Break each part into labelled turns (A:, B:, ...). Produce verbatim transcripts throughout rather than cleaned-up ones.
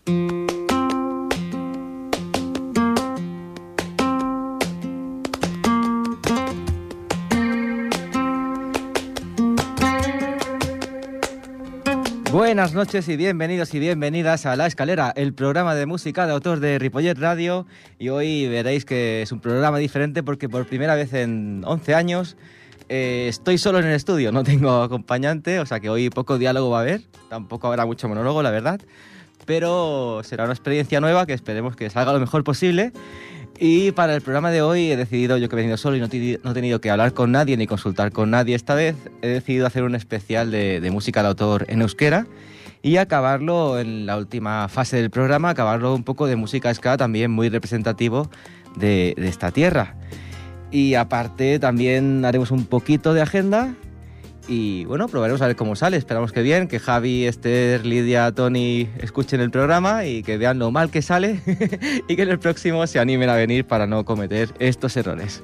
A: Buenas noches y bienvenidos y bienvenidas a La Escalera, el programa de música de autor de Ripollet Radio. Y hoy veréis que es un programa diferente porque por primera vez en once años eh, estoy solo en el estudio, no tengo acompañante, o sea que hoy poco diálogo va a haber, tampoco habrá mucho monólogo, la verdad. Pero será una experiencia nueva que esperemos que salga lo mejor posible. Y para el programa de hoy he decidido, yo que he venido solo y no, t- no he tenido que hablar con nadie ni consultar con nadie esta vez, he decidido hacer un especial de, de música de autor en euskera y acabarlo en la última fase del programa, acabarlo un poco de música ska también muy representativo de, de esta tierra. Y aparte también haremos un poquito de agenda y bueno, probaremos a ver cómo sale. Esperamos que bien, que Javi, Esther, Lidia, Tony escuchen el programa y que vean lo mal que sale y que en el próximo se animen a venir para no cometer estos errores.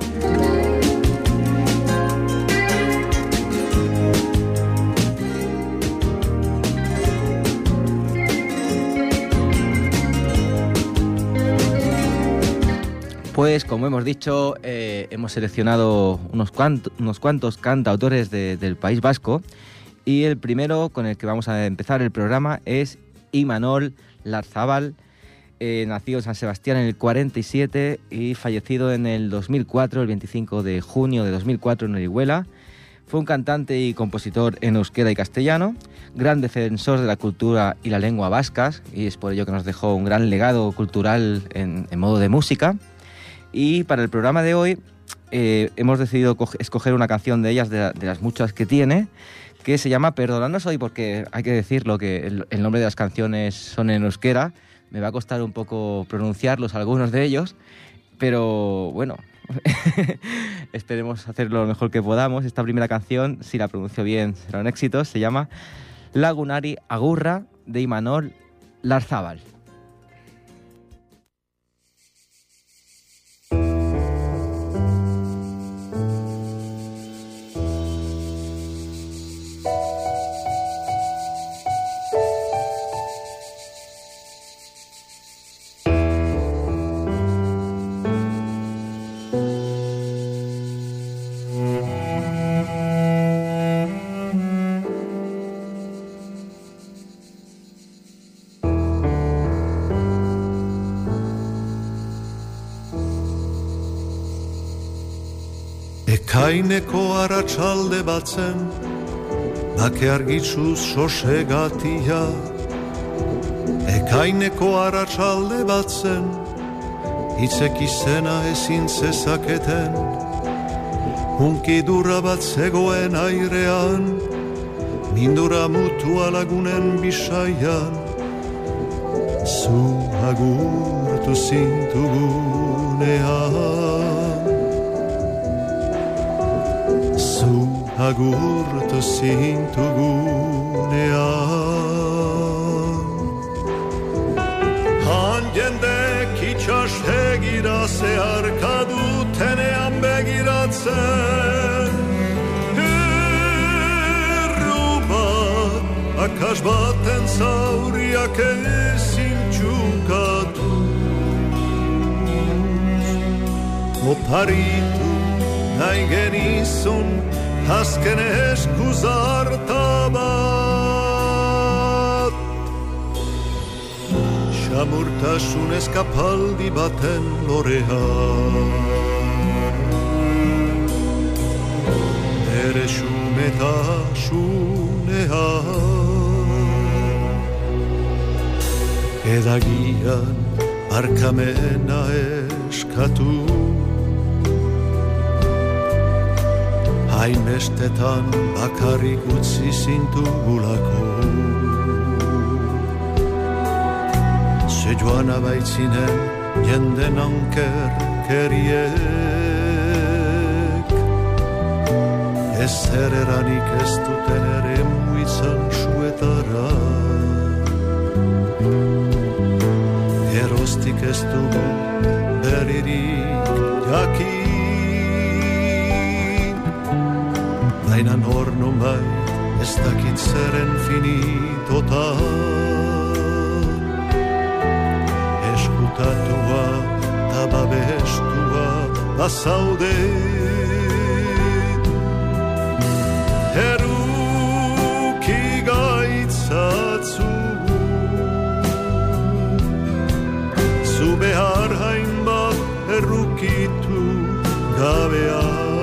A: Pues como hemos dicho, eh, hemos seleccionado unos, cuantos, unos cuantos cantautores de, del País Vasco y el primero con el que vamos a empezar el programa es Imanol Larzábal, eh, nacido en San Sebastián en el cuarenta y siete y fallecido en el dos mil cuatro, el veinticinco de junio de dos mil cuatro en Orihuela. Fue un cantante y compositor en euskera y castellano, gran defensor de la cultura y la lengua vascas, y es por ello que nos dejó un gran legado cultural en, en modo de música. Y para el programa de hoy eh, hemos decidido co- escoger una canción de ellas, de, de las muchas que tiene, que se llama Perdonadnos hoy, porque hay que decirlo que el, el nombre de las canciones son en euskera. Me va a costar un poco pronunciarlos, algunos de ellos, pero bueno, esperemos hacerlo lo mejor que podamos. Esta primera canción, si la pronuncio bien, será un éxito. Se llama Lagunari Agurra, de Imanol Larzábal.
B: Ekaineko arratsalde batzen, bake argitsuz sosegatia. Ekaineko arratsalde batzen, hitzek izena ezin zezaketen. Hunkidurra bat zegoen airean, mindura mutua lagunen bisaian. Zu agurtu zintugunean, agurtu zintugunean. Han jendek itxastegira zeharka dutenean begiratzen. Erru bat, akas baten zauriak ezin txukatuz. Oparitu nahi genizun azken eskuzarta bat. Xamurtasun eskapaldi baten lorean, ere xumetasunean. Edagian barkamena eskatu, hainbestetan bakarrik utzi zintugulako. Ze joan abaitzinen jenden ankerkeriek, ezer eranik ez duten ere muitzan suetara. Geroztik ez dugu beririk jakin, baina nor nonbait ez dakit zeren finitotan. Ezkutatua eta babestua bazaude. Eruki gaitzatzu zu behar hainbat errukitu gabea.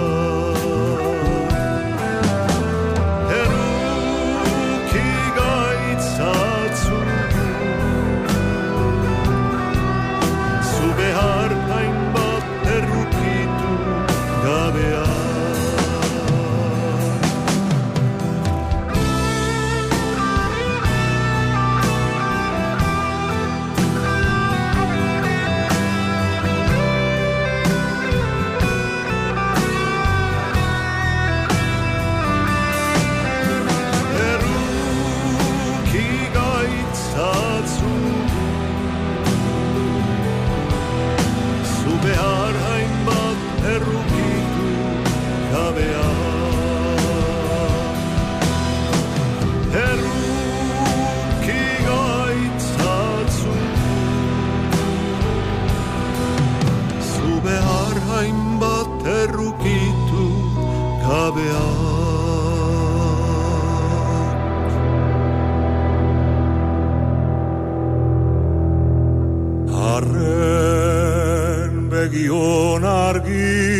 B: Arren begion argi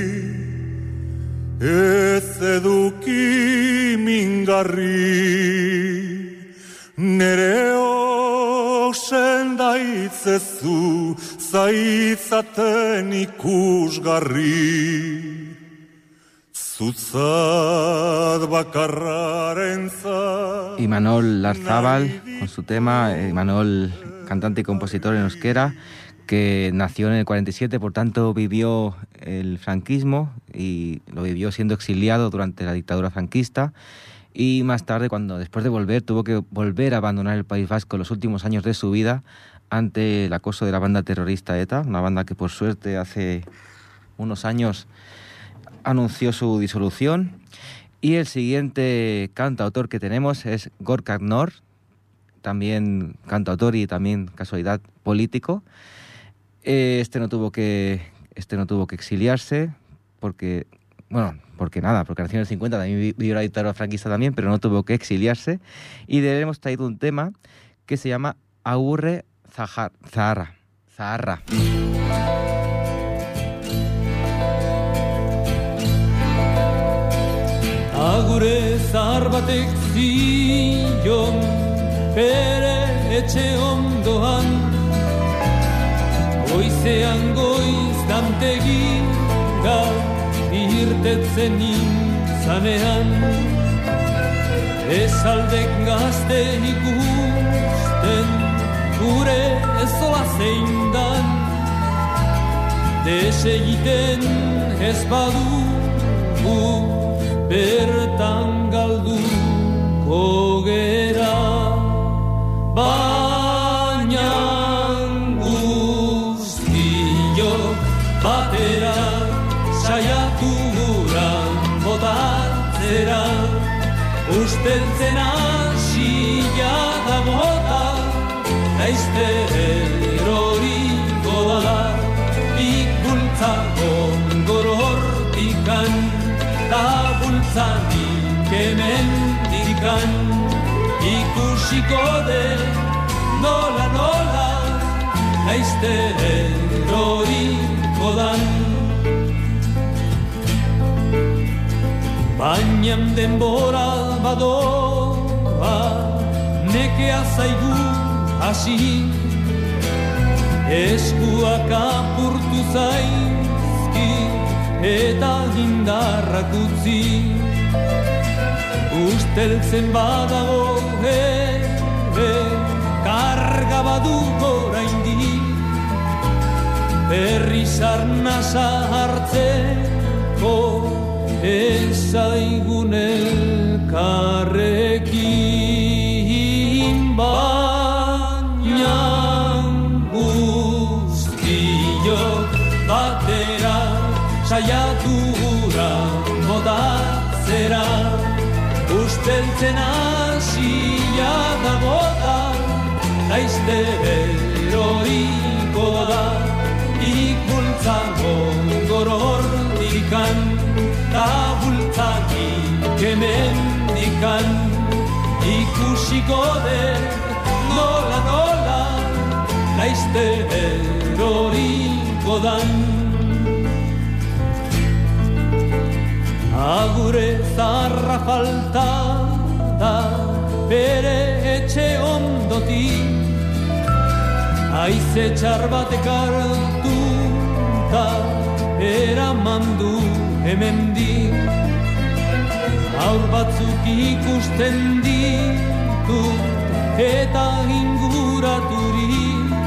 B: ez eduki mingarri nere osen daitzezu zaitzaten ikusgarri zutzat bakarraren zat.
A: Imanol Larzábal con su tema, Imanol, cantante y compositor en euskera, que nació en el cuarenta y siete, por tanto vivió el franquismo y lo vivió siendo exiliado durante la dictadura franquista, y más tarde, cuando después de volver, tuvo que volver a abandonar el País Vasco los últimos años de su vida ante el acoso de la banda terrorista ETA, una banda que por suerte hace unos años anunció su disolución. Y el siguiente cantautor que tenemos es Gorka Knörr, también cantautor y también, casualidad, político. Este no tuvo que este no tuvo que exiliarse porque, bueno, porque nada, porque nació en el cincuenta, también vivió la dictadura franquista también, pero no tuvo que exiliarse. Y de él hemos traído un tema que se llama Agurre Zaharra. Zaharra.
C: Agure zahar batek zion bere etxe ondoan, goizean goiz dantegira irtetzen intzanean, ezaldek gazte ikusten gure ezola zeindan, desegiten ez badugu bertan galduko gera, baina guztiok batera saiatu gura botatzera, usteltzen hasia da mota, laizter eroriko da, ikultza gongorortikan, ta bultzanik hemendikan, ikusiko den nola nola, laizter eroriko dan. Baina denbora badoa, nekea zaigu hasi, eskuak apurtu zaizki eta indarrak utzi, usteltzen badago ere karga baduko oraindik, berriz arnasa hartzeko ezaigun elkarrekin, baina guztiok batera saiatu gura botatzera, usteltzen hasia da bota, laizter eroriko da ikultza gogoror dikan ta bultzaki kemendikan ikusiko dut nola nola laizter horiko dan agure zarra falta da bere etxe ondotik haize txar batek hartu ta eraman du hemendik aur batzuk ikusten ditu eta inguraturi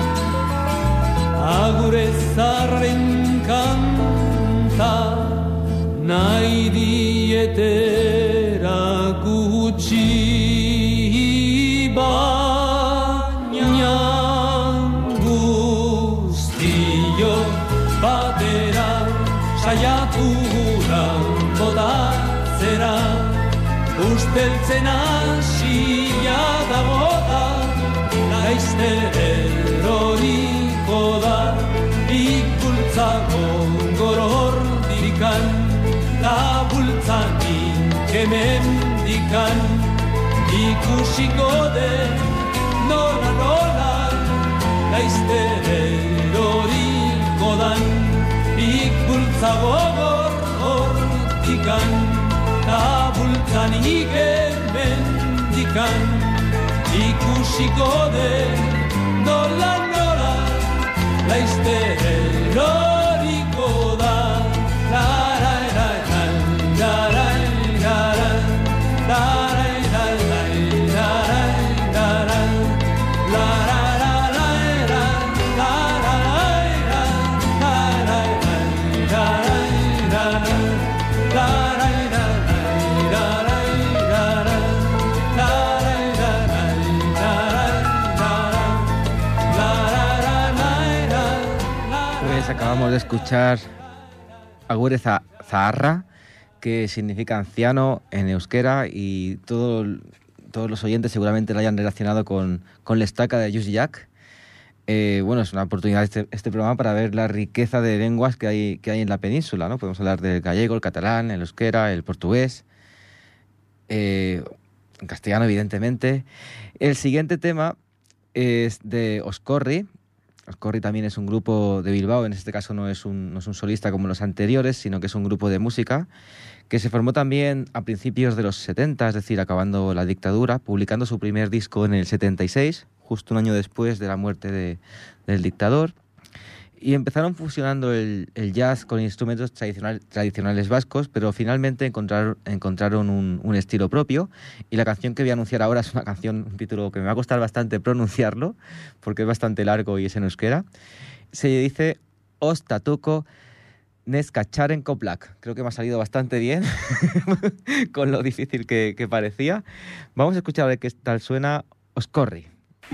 C: agure zarren kanta nahi dietera gutxi baina guztio batera saiatu gura botatzera usteltzen hasia dago da laizter horiko da ikultza gogoror dirikan ta bultzaki kemendikan ikusiko dut nola nola laizter horiko dan ikultza gogor hortikan ta bultzanik kemendikan ikusiko dut nola nola laizter horiko da la la la la la la la
A: Acabamos de escuchar Agure Zaharra, que significa anciano en euskera, y todo, todos los oyentes seguramente lo hayan relacionado con, con l'Estaca de Lluís Llach. Eh, bueno, es una oportunidad este, este programa para ver la riqueza de lenguas que hay, que hay en la península, ¿no? Podemos hablar del gallego, el catalán, el euskera, el portugués, eh, en castellano, evidentemente. El siguiente tema es de Oscorri. Oscorri también es un grupo de Bilbao, en este caso no es, un, no es un solista como los anteriores, sino que es un grupo de música que se formó también a principios de los setenta, es decir, acabando la dictadura, publicando su primer disco en el setenta y seis, justo un año después de la muerte de, del dictador, y empezaron fusionando el, el jazz con instrumentos tradicional, tradicionales vascos, pero finalmente encontraron, encontraron un, un estilo propio, y la canción que voy a anunciar ahora es una canción, un título que me va a costar bastante pronunciarlo, porque es bastante largo y es en euskera. Se dice Ostatuko Neskacharen Koplak. Creo que me ha salido bastante bien, con lo difícil que, que parecía. Vamos a escuchar a ver qué tal suena Oscorri.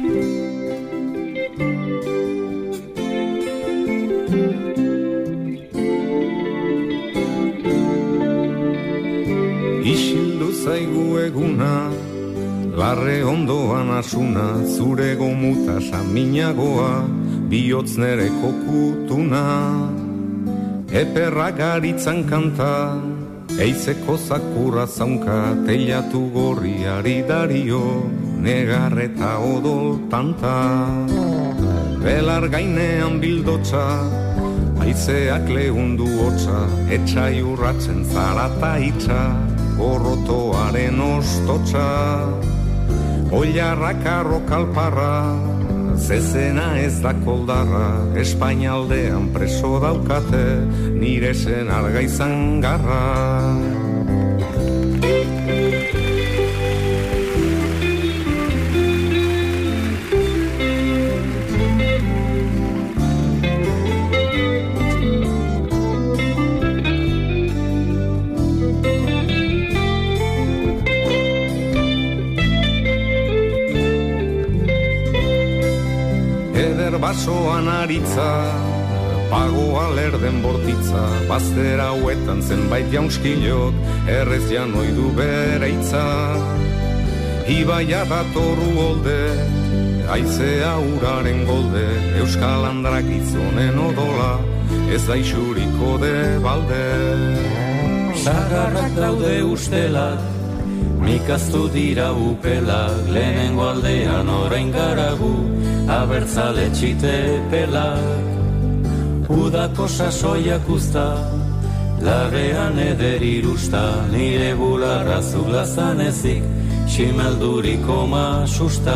D: Isildu zaigu eguna, larre ondoan asuna, zure gomuta saminagoa, bihotz nere kokutuna. Eperra garitzan kanta, eizeko zakurra zaunka, teilatu gorriari dario, negarreta odol tanta. Belar gainean bildotza, haizeak lehundu hotza, etxai urratzen zarata itxa, gorrotoaren ostotza. Oilarrak arrokalparra, zezena ez da koldarra, Espainaldean preso daukate, nire zen argaizan garra. Basoan aritza, pagoa lerden bortitza, baztera huetan zenbait jaunskilok, errez janoidu bere itza. Ibaia datoru holde, Aizea uraren golde, euskal handrak gizonen odola, ez da isuriko de balde.
C: Sagarrak daude ustelak, mikaztu dira upelak, lehenengo aldean orain garagu, abertzale txite pelak. Udako sasoiak usta, larrean eder irusta, nire bularra zulazan ezik, ximelduriko ma susta.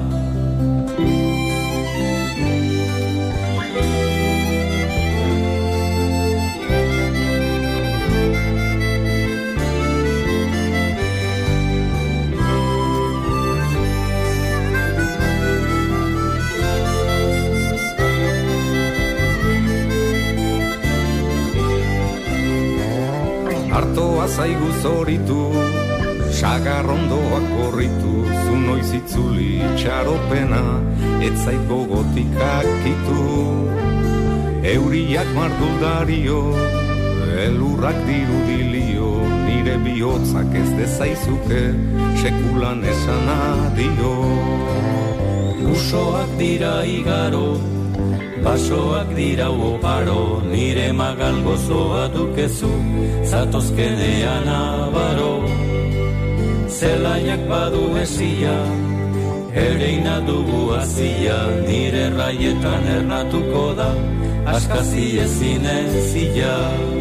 D: Artoa zaigu zoritu, sagarrondoak korritu, zu noiz itzuli txaropena, ez zait gogotikak kitu. Euriak marduldario, elurrak dirudilio, nire bihotzak ez dezaizuke, sekulan esan adio.
C: Usoak dira igaro, basoak dira oparo, nire magal gozoa dukezu, zatozkenean abaro. Zelaiak badu esia, ereina dugu azia, nire raietan ernatuko da, askazi ezin ezia.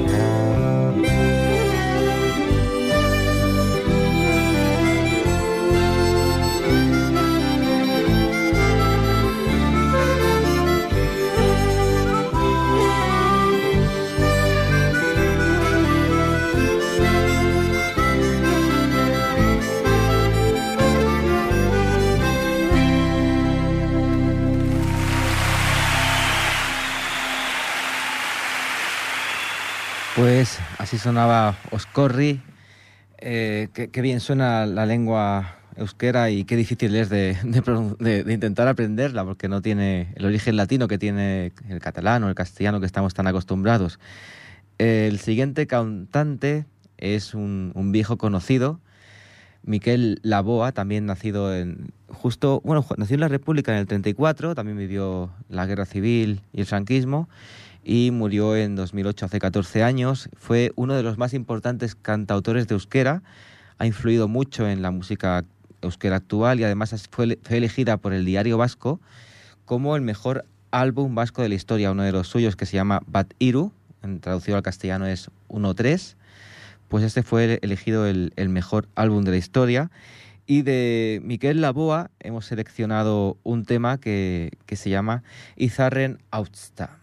A: Pues así sonaba Oscorri, eh, qué, qué bien suena la lengua euskera y qué difícil es de, de, de, de intentar aprenderla, porque no tiene el origen latino que tiene el catalán o el castellano que estamos tan acostumbrados. El siguiente cantante es un, un viejo conocido, Miquel Laboa, también nacido en justo, bueno, nació en la República en el treinta y cuatro, también vivió la Guerra Civil y el franquismo, y murió en dos mil ocho, hace catorce años. Fue uno de los más importantes cantautores de euskera, ha influido mucho en la música euskera actual y además fue, fue elegida por el Diario Vasco como el mejor álbum vasco de la historia, uno de los suyos que se llama Bat Iru, en traducido al castellano es uno tres, pues este fue elegido el, el mejor álbum de la historia. Y de Miquel Laboa hemos seleccionado un tema que, que se llama Izarren Autsta.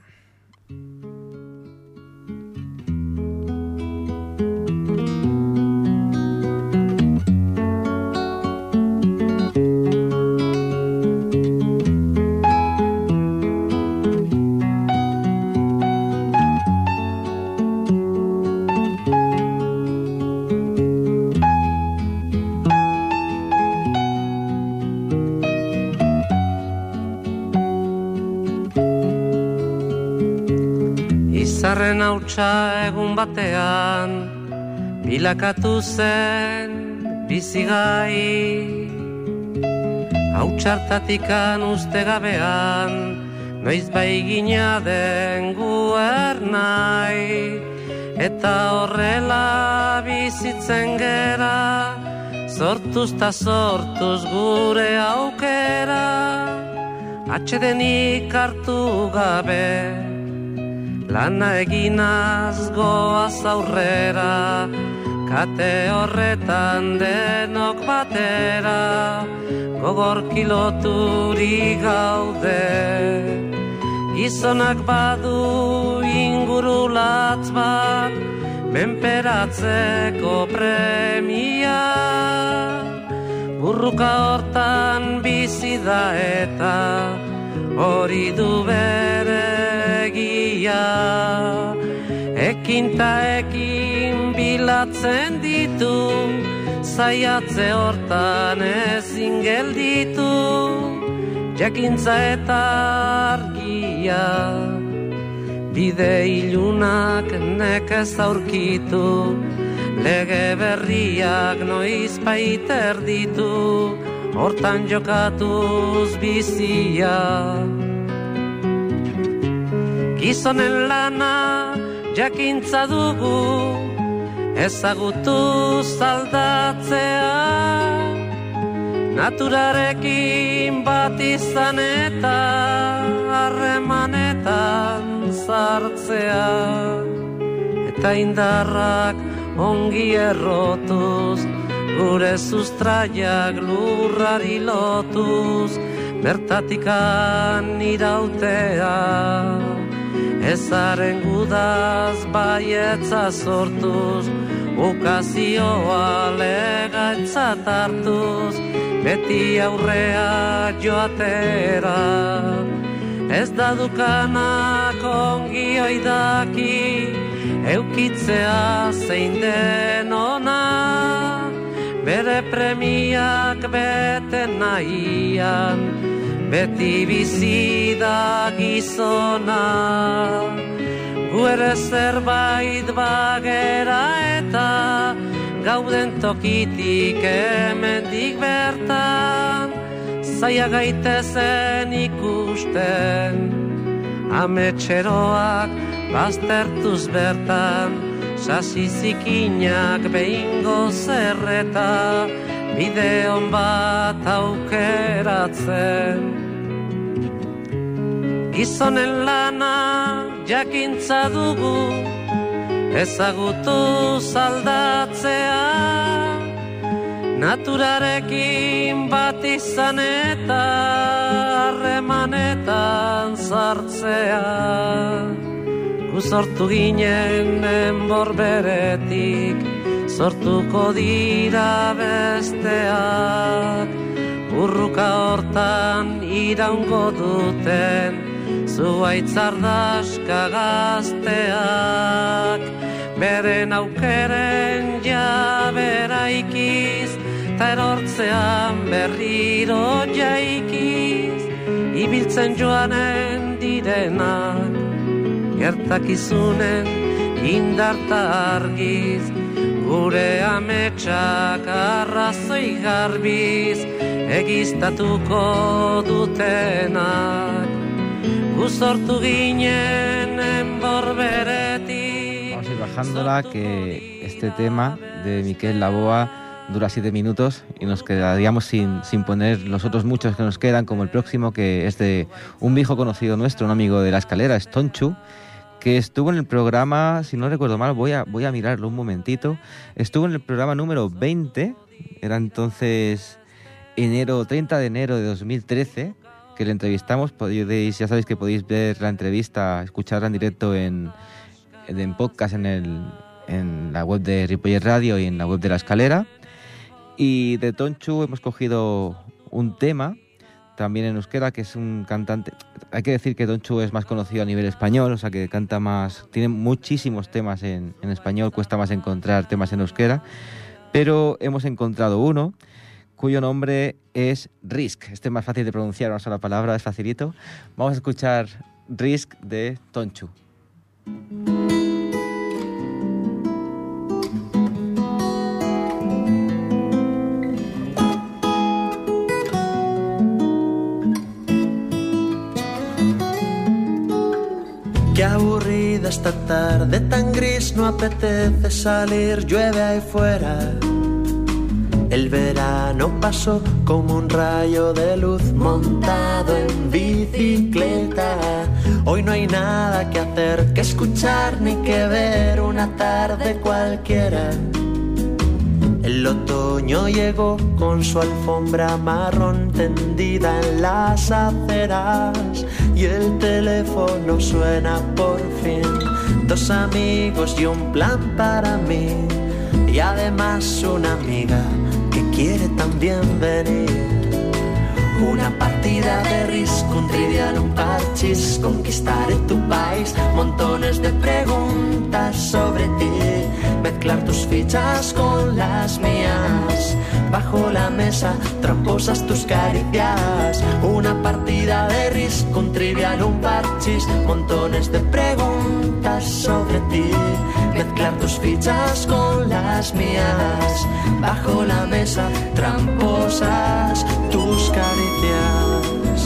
E: Izarren hautsa egun batean bilakatu zen bizigai, hautsartatikan uste gabean noiz bai gina den guernai, eta horrela bizitzen gera, sortuz ta sortuz gure aukera, atsedenik hartu gabe, lana eginaz goaz aurrera, kate horretan denok batera, gogor kiloturi gaude. Gizonak badu ingurulatz bat, menperatzeko premia, burruka hortan bizi da eta hori du bere egia. Ekin ta ekin bilatzen ditu, zaiatze hortan ezin gelditu, jakintza eta argia, bide ilunak nekez aurkitu, lege berriak noiz baiter ditu, hortan jokatuz bizia. Gizonen lana jakintza dugu, ezagutuz aldatzea, naturarekin bat izan eta harremanetan sartzea, eta indarrak ongi errotuz, gure sustraiak lurrari lotuz, bertatikan irautea, ezaren gudaz baietza sortuz, ukazioa legaitzat hartuz, beti aurrea joatera. Ez da dukanak ongi oidaki, eukitzea zein den ona, bere premiak bete nahian, beti bizi da gizona. Gu ere zerbait bagera eta gauden tokitik hemendik bertan, zaila gaitezen ikusten, ametxeroak baztertuz bertan, sasi zikinak behingo zerreta, bideon bat aukeratzen. Gizonen lana jakintza dugu, ezagutuz aldatzea, naturarekin bat izan eta harremanetan sartzea. Gu sortu ginen enborberetik, sortuko dira besteak, urruka hortan iraungo duten, zuaitzardaska gazteak, beren aukeren jabera ikiz, ta erortzean berriro jaikiz, ibiltzen joanen direnak, gertakizunen indarta argiz, gure ametsak arrazoi garbiz, egiztatuko dutenak. Gu sortu ginen enborberetik.
A: Vamos a ir bajándola, que este tema de Miquel Laboa dura siete minutos y nos quedaríamos sin, sin poner los otros muchos que nos quedan, como el próximo, que es de un viejo conocido nuestro, un amigo de La Escalera, es Tonchu, que estuvo en el programa, si no recuerdo mal, voy a, voy a mirarlo un momentito, estuvo en el programa número veinte, era entonces enero, treinta de enero de dos mil trece, que le entrevistamos. Podéis, ya sabéis que podéis ver la entrevista, escucharla en directo en, en podcast en, el, en la web de Ripollet Radio y en la web de La Escalera. Y de Tonchu hemos cogido un tema, también en euskera, que es un cantante. Hay que decir que Tonchu es más conocido a nivel español, o sea que canta más, tiene muchísimos temas en, en español, cuesta más encontrar temas en euskera, pero hemos encontrado uno cuyo nombre es Risk. Este es más fácil de pronunciar, una sola palabra, es facilito. Vamos a escuchar Risk de Tonchu.
F: Qué aburrida esta tarde tan gris, no apetece salir, llueve ahí fuera. El verano pasó como un rayo de luz montado en bicicleta. Hoy no hay nada que hacer, que escuchar ni que ver, una tarde cualquiera. El otoño llegó con su alfombra marrón tendida en las aceras y el teléfono suena por fin. Dos amigos y un plan para mí y además una amiga que quiere también venir. Una partida de Risk, un trivial, un parchís, conquistaré tu país, montones de preguntas sobre ti, mezclar tus fichas con las mías, bajo la mesa, tramposas tus caricias. Una partida de Risk, un trivial, un parchís, montones de preguntas sobre ti, mezclar mezclar tus fichas con las mías. Bajo la mesa, tramposas, tus caricias.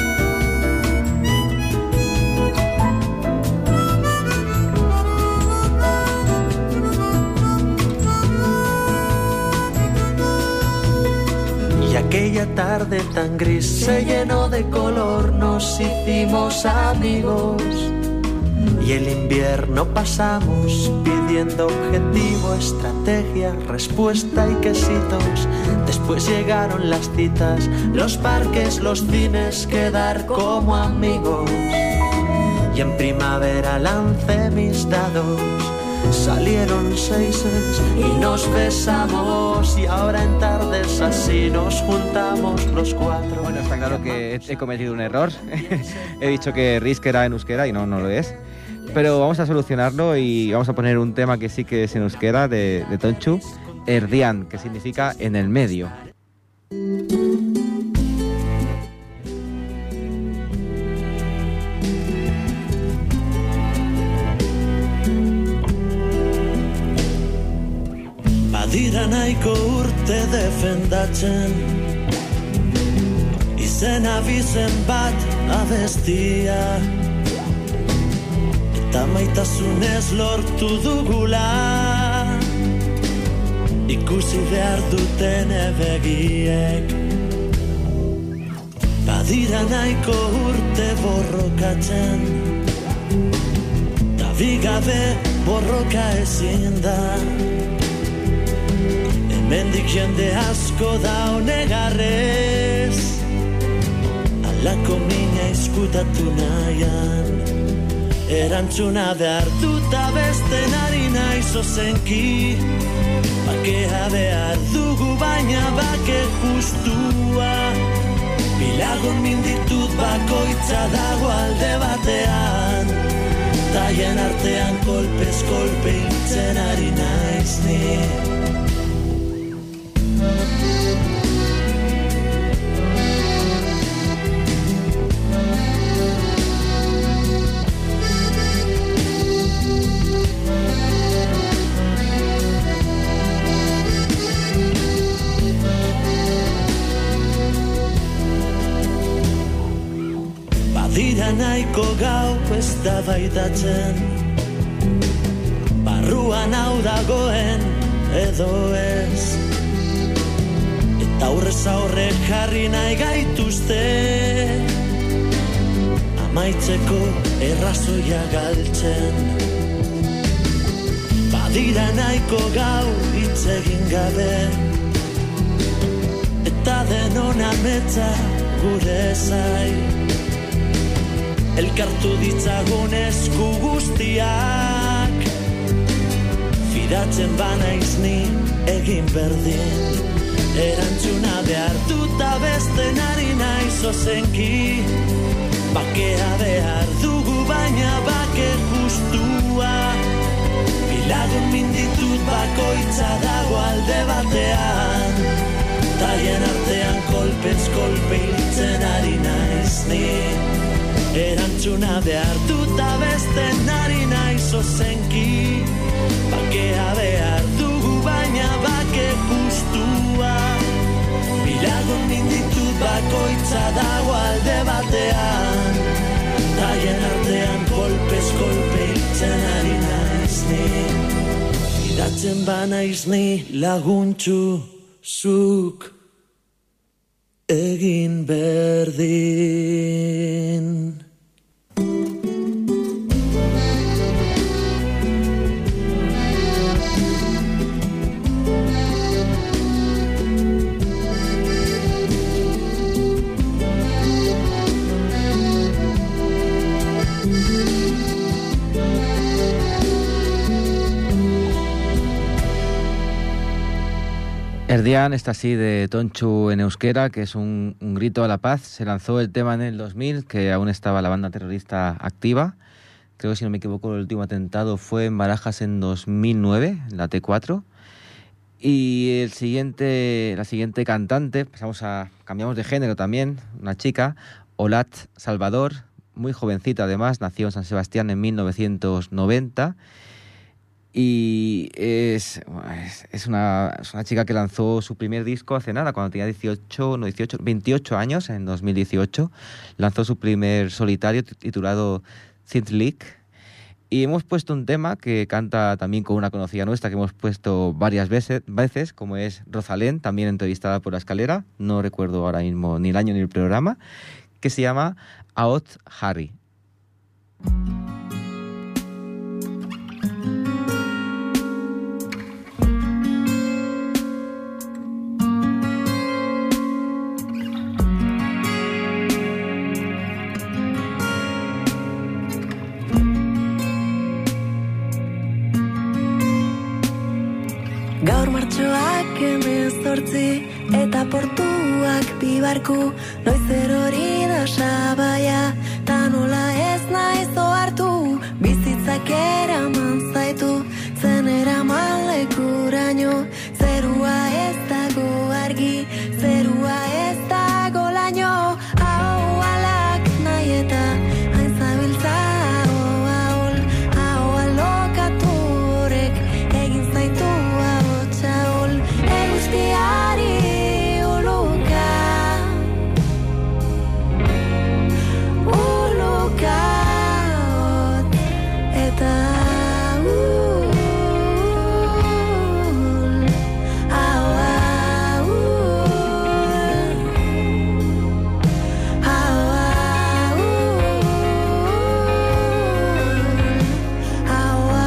F: Y aquella tarde tan gris se llenó de color, nos hicimos amigos. Y el invierno pasamos pidiendo objetivo, estrategia, respuesta y quesitos. Después llegaron las citas, los parques, los cines, quedar como amigos. Y en primavera lancé mis dados, salieron seises y nos besamos. Y ahora en tardes así nos juntamos los cuatro.
A: Bueno, está claro que he cometido un error. He dicho que Risk era en euskera y no, no lo es. Pero vamos a solucionarlo y vamos a poner un tema que sí que es en euskera de, de Tontxu, Erdian, que significa en el medio.
G: Badira nahiko urte defendatzen, izen abizen bat abestia, eta maitasunez lortu dugula, ikusi behar duten ebegiek. Badira nahiko urte borrokatzen, ta bigabe borroka ezin da. Hemendik jende asko da honegarrez, alako mina izkutatu nahian. Erantzuna behar duta beste nari naiz ozenki, bakea behar dugu baina bake justua. Bilagun minditut bakoitza dago alde batean, taien artean kolpez kolpe hiltzen ari naiz ni. Badira nahiko gau ez da baitatzen, barruan hau dagoen edo ez, eta aurrez aurre jarri nahi gaituzte, amaitzeko errazoia galtzen. Badira nahiko gau hitz egin gabe, eta denon ametsa gure zai. Elkartu ditzagun esku guztiak, fidatzen banaiz ni egin berdin. Erantzuna behar duta beste nari naiz ozenki, bakea behar dugu baina bake justua. Bilagun minditut bakoitza dago alde batean, taien artean kolpez kolpe hiltzen ari naiz ni. Erantzuna behar duta beste nari naiz ozenki, bakea behar dugu baina bake justua. Bilagun minditut bakoitza dago alde batean, taien artean kolpez kolpe hiltzen ari naiz ni. Fidatzen banaiz ni laguntxu zuk egin berdin.
A: Erdian está así de Tontxu en euskera, que es un, un grito a la paz. Se lanzó el tema en el dos mil, que aún estaba la banda terrorista activa. Creo que, si no me equivoco, el último atentado fue en Barajas en dos mil nueve, en la T cuatro. Y el siguiente, la siguiente cantante, pasamos a, cambiamos de género también, una chica, Olat Salvador, muy jovencita además, nació en San Sebastián en mil novecientos noventa. Y es, es, una, es una chica que lanzó su primer disco hace nada, cuando tenía dieciocho, no dieciocho, veintiocho años, en dos mil dieciocho. Lanzó su primer solitario titulado Synth Leak. Y hemos puesto un tema que canta también con una conocida nuestra que hemos puesto varias veces, veces como es Rosalén, también entrevistada por La Escalera, no recuerdo ahora mismo ni el año ni el programa, que se llama Aot Harry.
H: Gaur martxoak hemezortzi eta portuak bibarku, noiz erori da sabaia, ta nola ez naiz ohartu, bizitzak eraman zaitu, zen eraman lekuraino, zerua ez dago argi, zerua ez dago laino, hau alak nahi eta hain zabiltza ahol, hau alokatu horrek egin zaitu. Eguzkiari uluka, ulukaot, eta ul, au, au, au, au, au,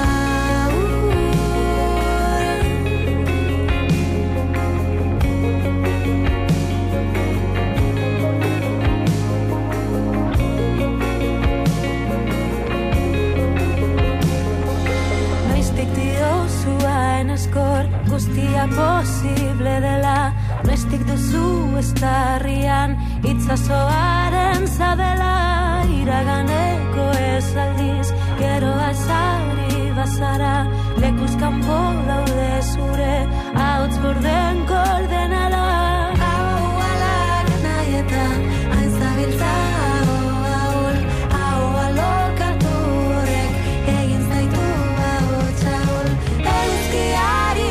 H: guztia posible dela, noiztik duzu estarrian, itzazoaren zabela, iraganeko esaldiz, gero azari bazara, lekuz kanpo daude zure, hauts borden kordenala. Hau alak nahi eta hain zabiltza, hau hau alokatu horrek, egin zaitu hau txaul, eguzkiari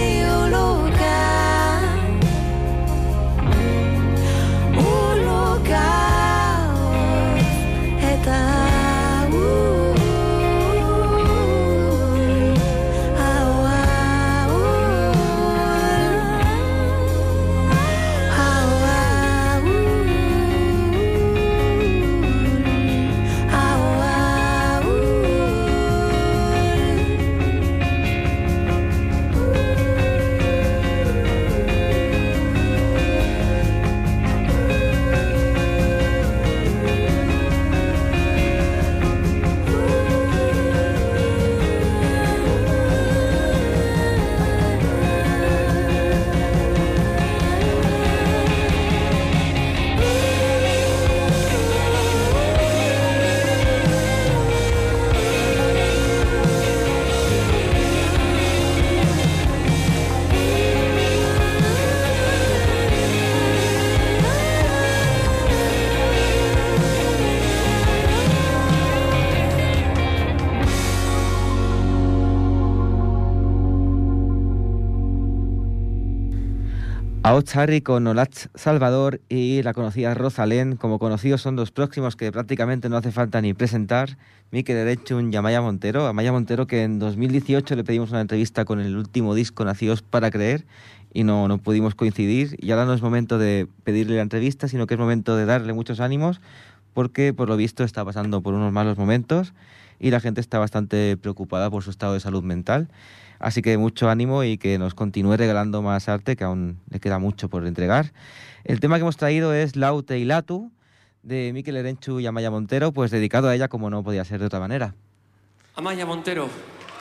A: Aot Harry con Olatz Salvador y la conocida Rosalén. Como conocidos son los próximos que prácticamente no hace falta ni presentar. Mikel Erentzun y Amaia Montero. Amaia Montero, que en dos mil dieciocho le pedimos una entrevista con el último disco Nacidos para Creer y no, no pudimos coincidir. Y ahora no es momento de pedirle la entrevista, sino que es momento de darle muchos ánimos porque por lo visto está pasando por unos malos momentos y la gente está bastante preocupada por su estado de salud mental. Así que mucho ánimo y que nos continúe regalando más arte, que aún le queda mucho por entregar. El tema que hemos traído es Laute y Latu, de Mikel Erentzun y Amaia Montero, pues dedicado a ella como no podía ser de otra manera.
E: Amaia Montero.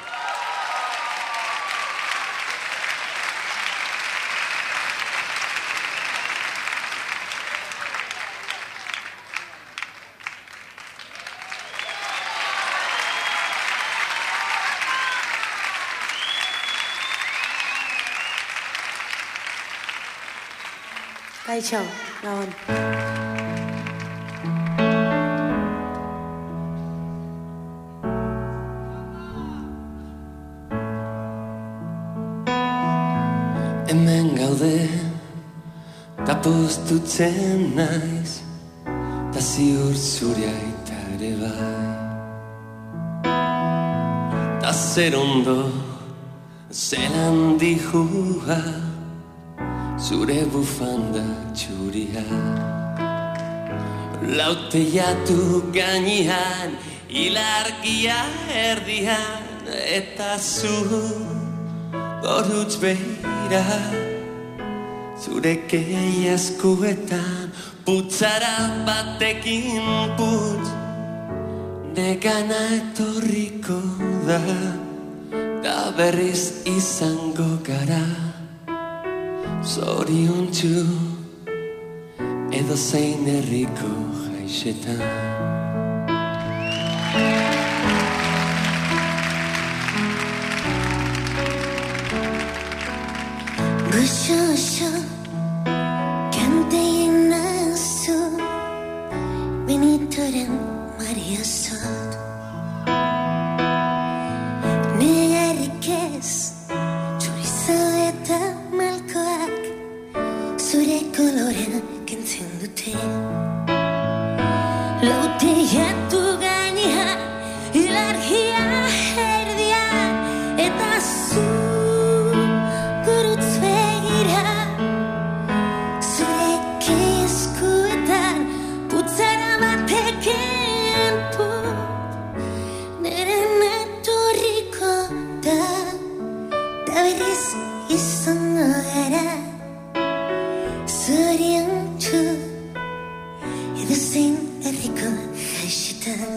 I: Kaixo, Gabon. ta postutzen naiz, ta ziur zure aita ere bai. Ta zer ondo, zelan dihua, zure bufanda txuria. Lauteiatu gainean, ilargia erdian, eta zu gorutz behira. Zure kei eskuetan, putzara batekin putz, negana etorriko da, da berriz izango gara. Zoriontsu edo zein herriko jaixetan.
J: Goxo-goxo kanteien nazu, Benitoren Maria zot. Negarrik ez, txurizo eta malkoak, zure kolorea kentzen dute. Lauteiatu gainean, ilargia erdian, eta zu gurutz begira. Zure kei eskuetan, putzara batekin put, neren etorriko da, da berriz izango gara. Zoriontsu edo zein herriko jaixetan.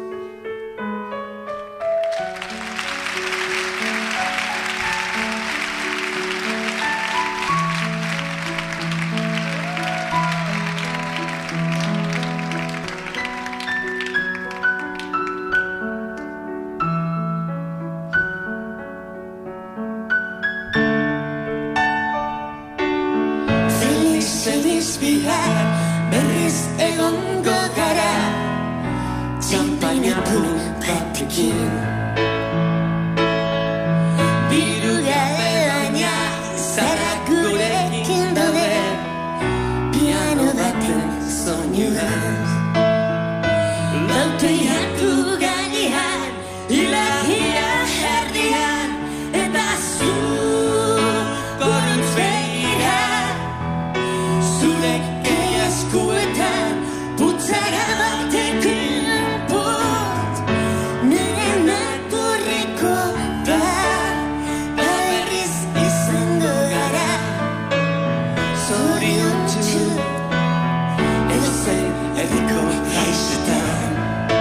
J: Bihar berriz egongo gara, txampainatu batekin. Biru gabe baina zarak gurekin daude, piano baten soinuaz. Lauteiatu gainean, ilargia erdian, eta zu gorutz begira. Zure kei eskuetan, putzara batekin put, neren etorriko da, da berriz izango gara. Zoriontsu edo zein herriko jaixetan.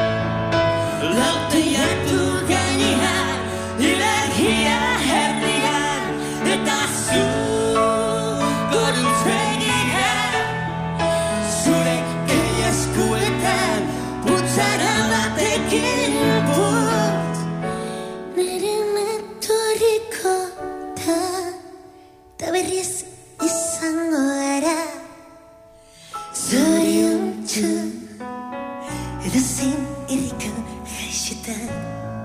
J: Lauteiatu gainean, ilargia erdian, eta zu gorutz begira. Zure kei eskuetan, putzara batekin put, neren etorriko da, da berriz izango gara. Zoriontsu edo zein herriko jaixetan.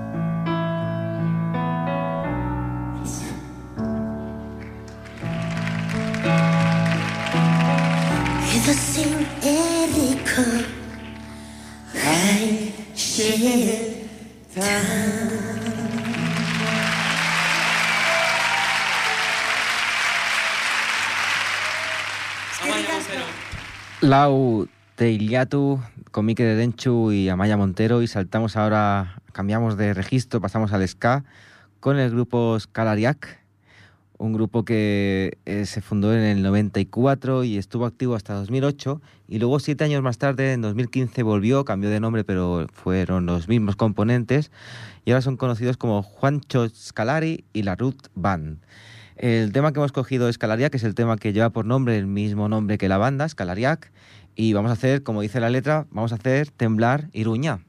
J: Edo zein herriko jaixetan.
A: Lau Teiliatu, con Mikel Erenchu y Amaya Montero, y saltamos ahora, cambiamos de registro, pasamos al ska con el grupo Skalariak, un grupo que eh, se fundó en el noventa y cuatro y estuvo activo hasta dos mil ocho, y luego siete años más tarde, en dos mil quince, volvió, cambió de nombre, pero fueron los mismos componentes, y ahora son conocidos como Juancho Scalari y la Ruth Band. El tema que hemos cogido es Skalariak, que es el tema que lleva por nombre el mismo nombre que la banda, Skalariak, y vamos a hacer, como dice la letra, vamos a hacer temblar Iruña.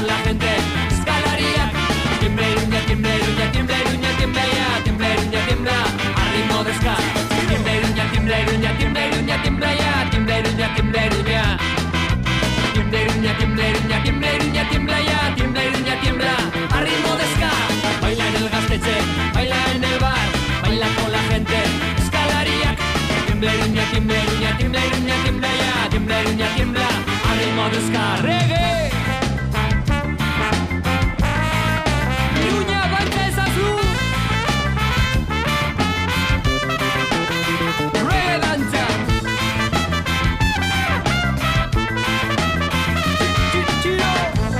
C: la gente. Escalaría, tiembla Iruña, tiembla Iruña, tiembla Iruña, tiembla ya, tiembla Iruña, tiembla a ritmo de ska. Tiembla Iruña, tiembla Iruña, tiembla Iruña, tiembla ya, tiembla Iruña, tiembla Iruña. Tiembla Iruña, tiembla Iruña, tiembla Iruña, tiembla ya, tiembla Iruña, tiembla a ritmo de ska. Baila en el Gaztetxe, baila en el bar, baila con la gente. Escalaría, tiembla Iruña, tiembla Iruña, tiembla Iruña, tiembla ya, tiembla Iruña, tiembla a ritmo de ska. Reggae. Iruña, baita ezazu. Reggae dantza. Chiro.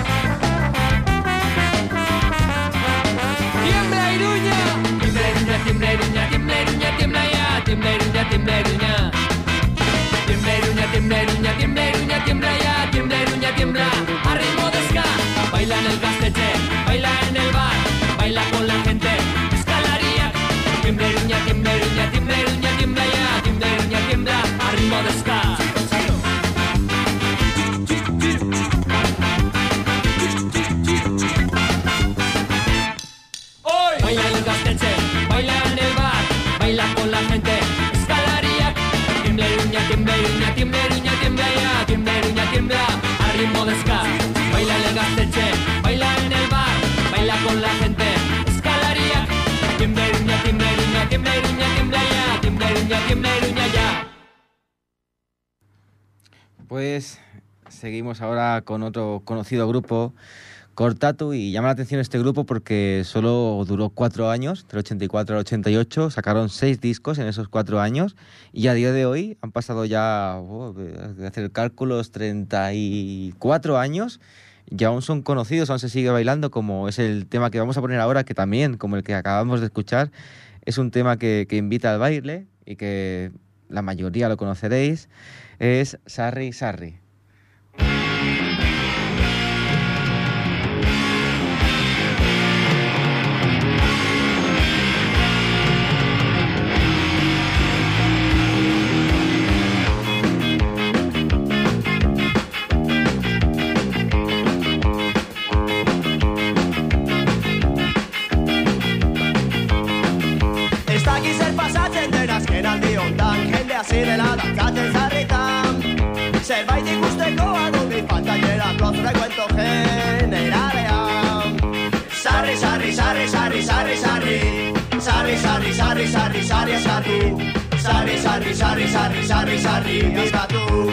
C: Tiembla Iruña. Tiembla Iruña, tiembla Iruña, tiembla Iruña, tiembla ya, tiembla Iruña, tiembla Iruña. Tiembla Iruña, tiembla Iruña, tiembla Iruña, tiembla ya, tiembla Iruña, tiembla a ritmo de ska. Baila en el Gaztetxe, baila en el bar, baila con la gente. Escalaría, tiembla Iruña, tiembla Iruña, tiembla Iruña, tiembla ya, tiembla Iruña, tiembla a ritmo de ska. Baila en el Gaztetxe, baila en el bar, baila con la gente. Escalaría, tiembla Iruña, tiembla Iruña, tiembla Iruña, tiembla ya, tiembla Iruña, tiembla a ritmo de ska. Baila en el Gaztetxe, baila en el bar, baila con la gente. Escalaría, tiembla Iruña, tiembla Iruña, tiembla Iruña, tiembla ya, tiembla Iruña, tiembla Iruña ya.
A: Pues seguimos ahora con otro conocido grupo, Cortatu, y llama la atención este grupo porque solo duró cuatro años, del ochenta y cuatro al ochenta y ocho, sacaron seis discos en esos cuatro años y a día de hoy han pasado ya, oh, de hacer cálculos, treinta y cuatro años y aún son conocidos, aún se sigue bailando, como es el tema que vamos a poner ahora, que también, como el que acabamos de escuchar, es un tema que, que invita al baile y que la mayoría lo conoceréis, es Sarri Sarri.
K: Zirela dantzatzen sarritan zerbait ikusteko adobi pantallera frecuento generalean. Sarri, sarri, sarri, sarri, sarri, sarri Sarri, sarri, sarri, sarri, sarri, sarri Sarri, sarri, sarri, sarri, sarri, sarri Bizkatu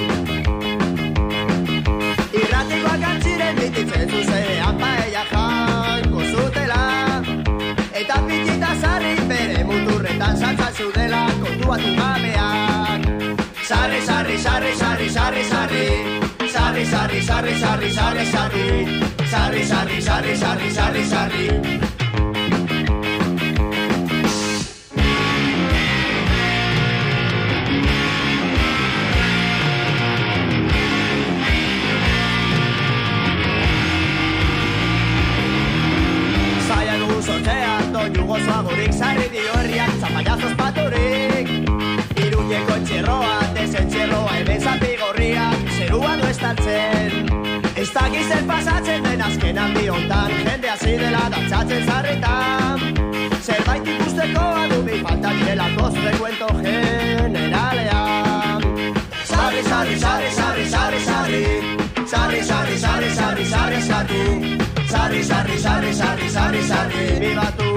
K: Irratikoak antziren bititzen zuzean paella janko zutela eta pitita sarri bere muturretan saltzan zudela kontuatu gabeak. Sarri, sarri, sarri, sarri, sarri, sarri Sarri, sarri, sarri, sarri, sarri, sarri Sarri, sarri, sarri, sarri, sarri, sarri Zaian uzortzean doinu gozoagorik sarri dio herriak zapallazos paturik Iruñeko entxerroa, desentxerroa, hemen zapigorriak zerua du estaltzen. Ez dakiz zer pasatzen den azken aldi hontan, jende hasi dela dantzatzen zarretan. Zerbait ikusteko adubi falta direlako frecuento generalean. Sarri, sarri, sarri, sarri, sarri, sarri Sarri, sarri, sarri, sarri, sarri, eskatu Sarri, sarri, sarri, sarri, sarri, sarri Bibatu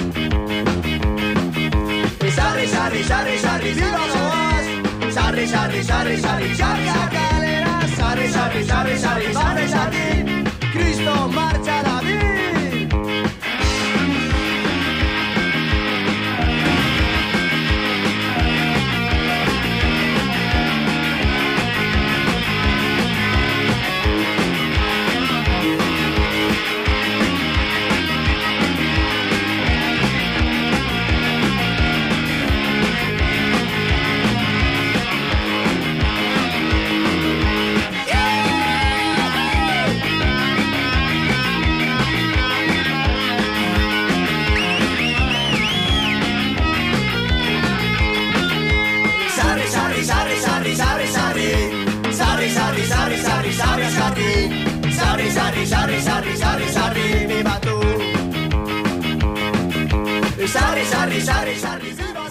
K: Sarri, sarri, sarri, sarri, viva Boaz Sarri, sarri, sarri, sarri, txarka kalera Sarri, sarri, sarri, sarri, sarri, sarri Cristo marcha la vida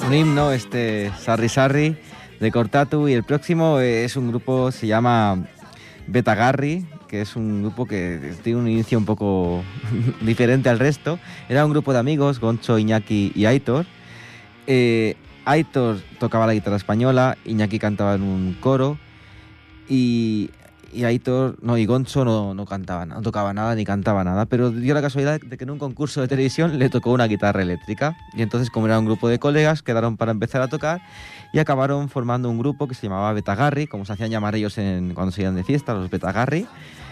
A: un himno, este Sarri Sarri de Cortatu, y el próximo es un grupo, se llama Betagarri, que es un grupo que tiene un inicio un poco diferente al resto. Era un grupo de amigos, Goncho, Iñaki y Aitor. Eh, Aitor tocaba la guitarra española, Iñaki cantaba en un coro y, y Aitor, no, y Goncho no, no cantaba, no tocaba nada ni cantaba nada, pero dio la casualidad de que en un concurso de televisión le tocó una guitarra eléctrica, y entonces, como era un grupo de colegas, quedaron para empezar a tocar y acabaron formando un grupo que se llamaba Betagarri, como se hacían llamar ellos en, cuando se iban de fiesta, los Betagarri,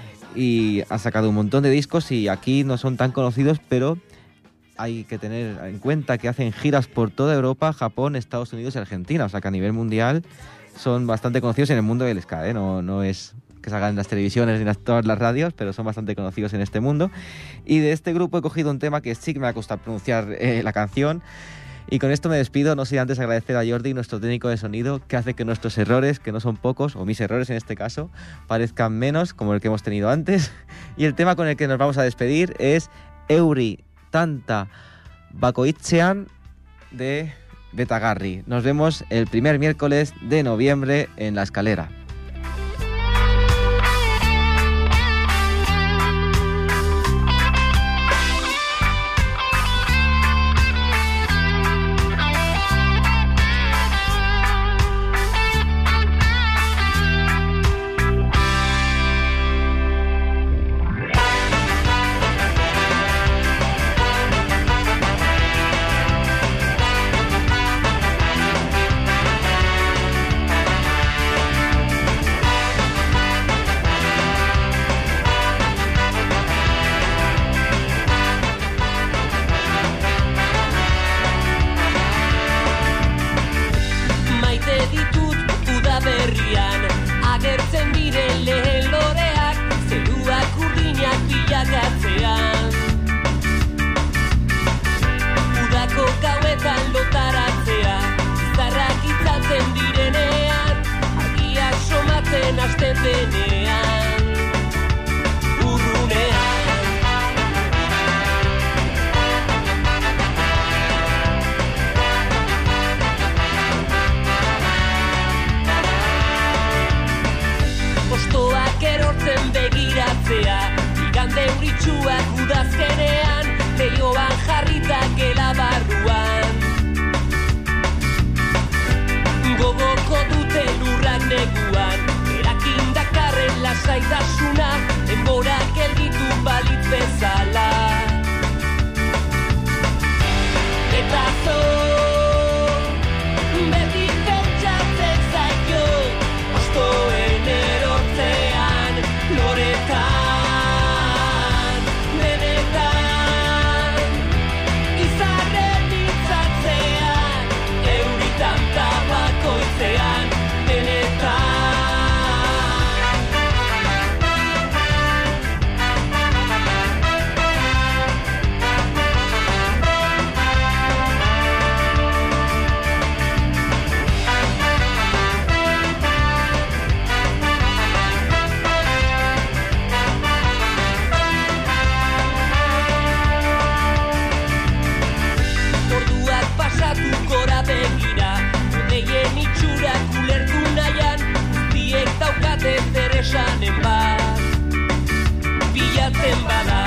A: y han sacado un montón de discos y aquí no son tan conocidos, pero hay que tener en cuenta que hacen giras por toda Europa, Japón, Estados Unidos y Argentina. O sea que a nivel mundial son bastante conocidos en el mundo del ska, ¿eh? No, no es que salgan en las televisiones ni en todas las radios, pero son bastante conocidos en este mundo. Y de este grupo he cogido un tema que sí que me ha costado pronunciar eh, la canción. Y con esto me despido, no sin antes agradecer a Jordi, nuestro técnico de sonido, que hace que nuestros errores, que no son pocos, o mis errores en este caso, parezcan menos, como el que hemos tenido antes. Y el tema con el que nos vamos a despedir es Euri Tanta Bakoitzean de Betagarri. Nos vemos el primer miércoles de noviembre en La Escalera.
C: Bilatzen bada